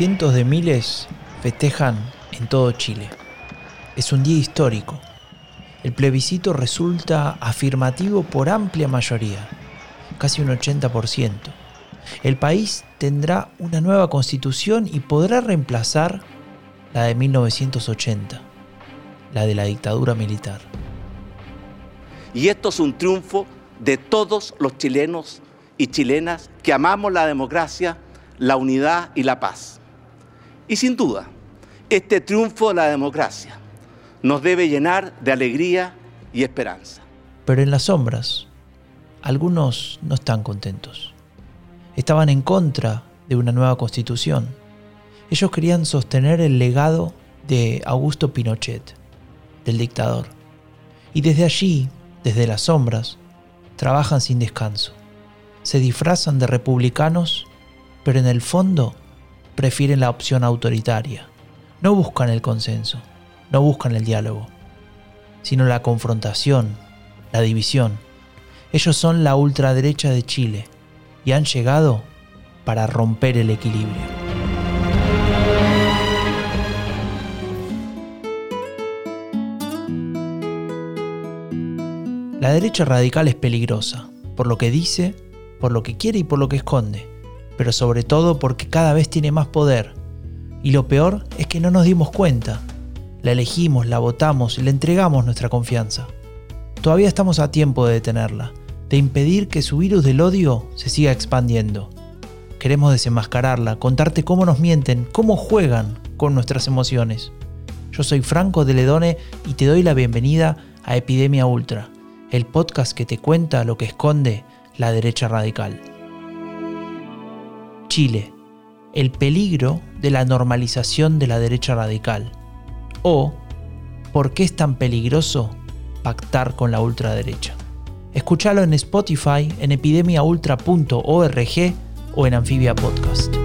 Cientos de miles festejan en todo Chile. Es un día histórico. El plebiscito resulta afirmativo por amplia mayoría, casi un 80%. El país tendrá una nueva constitución y podrá reemplazar la de 1980, la de la dictadura militar. Y esto es un triunfo de todos los chilenos y chilenas que amamos la democracia, la unidad y la paz. Y sin duda, este triunfo de la democracia nos debe llenar de alegría y esperanza. Pero en las sombras, algunos no están contentos. Estaban en contra de una nueva constitución. Ellos querían sostener el legado de Augusto Pinochet, del dictador. Y desde allí, desde las sombras, trabajan sin descanso. Se disfrazan de republicanos, pero en el fondo prefieren la opción autoritaria. No buscan el consenso, no buscan el diálogo, sino la confrontación, la división. Ellos son la ultraderecha de Chile y han llegado para romper el equilibrio. La derecha radical es peligrosa, por lo que dice, por lo que quiere y por lo que esconde, pero sobre todo porque cada vez tiene más poder. Y lo peor es que no nos dimos cuenta. La elegimos, la votamos y le entregamos nuestra confianza. Todavía estamos a tiempo de detenerla, de impedir que su virus del odio se siga expandiendo. Queremos desenmascararla, contarte cómo nos mienten, cómo juegan con nuestras emociones. Yo soy Franco de Ledone y te doy la bienvenida a Epidemia Ultra, el podcast que te cuenta lo que esconde la derecha radical. Chile, el peligro de la normalización de la derecha radical. O, ¿por qué es tan peligroso pactar con la ultraderecha? Escúchalo en Spotify, en epidemiaultra.org o en Anfibia Podcast.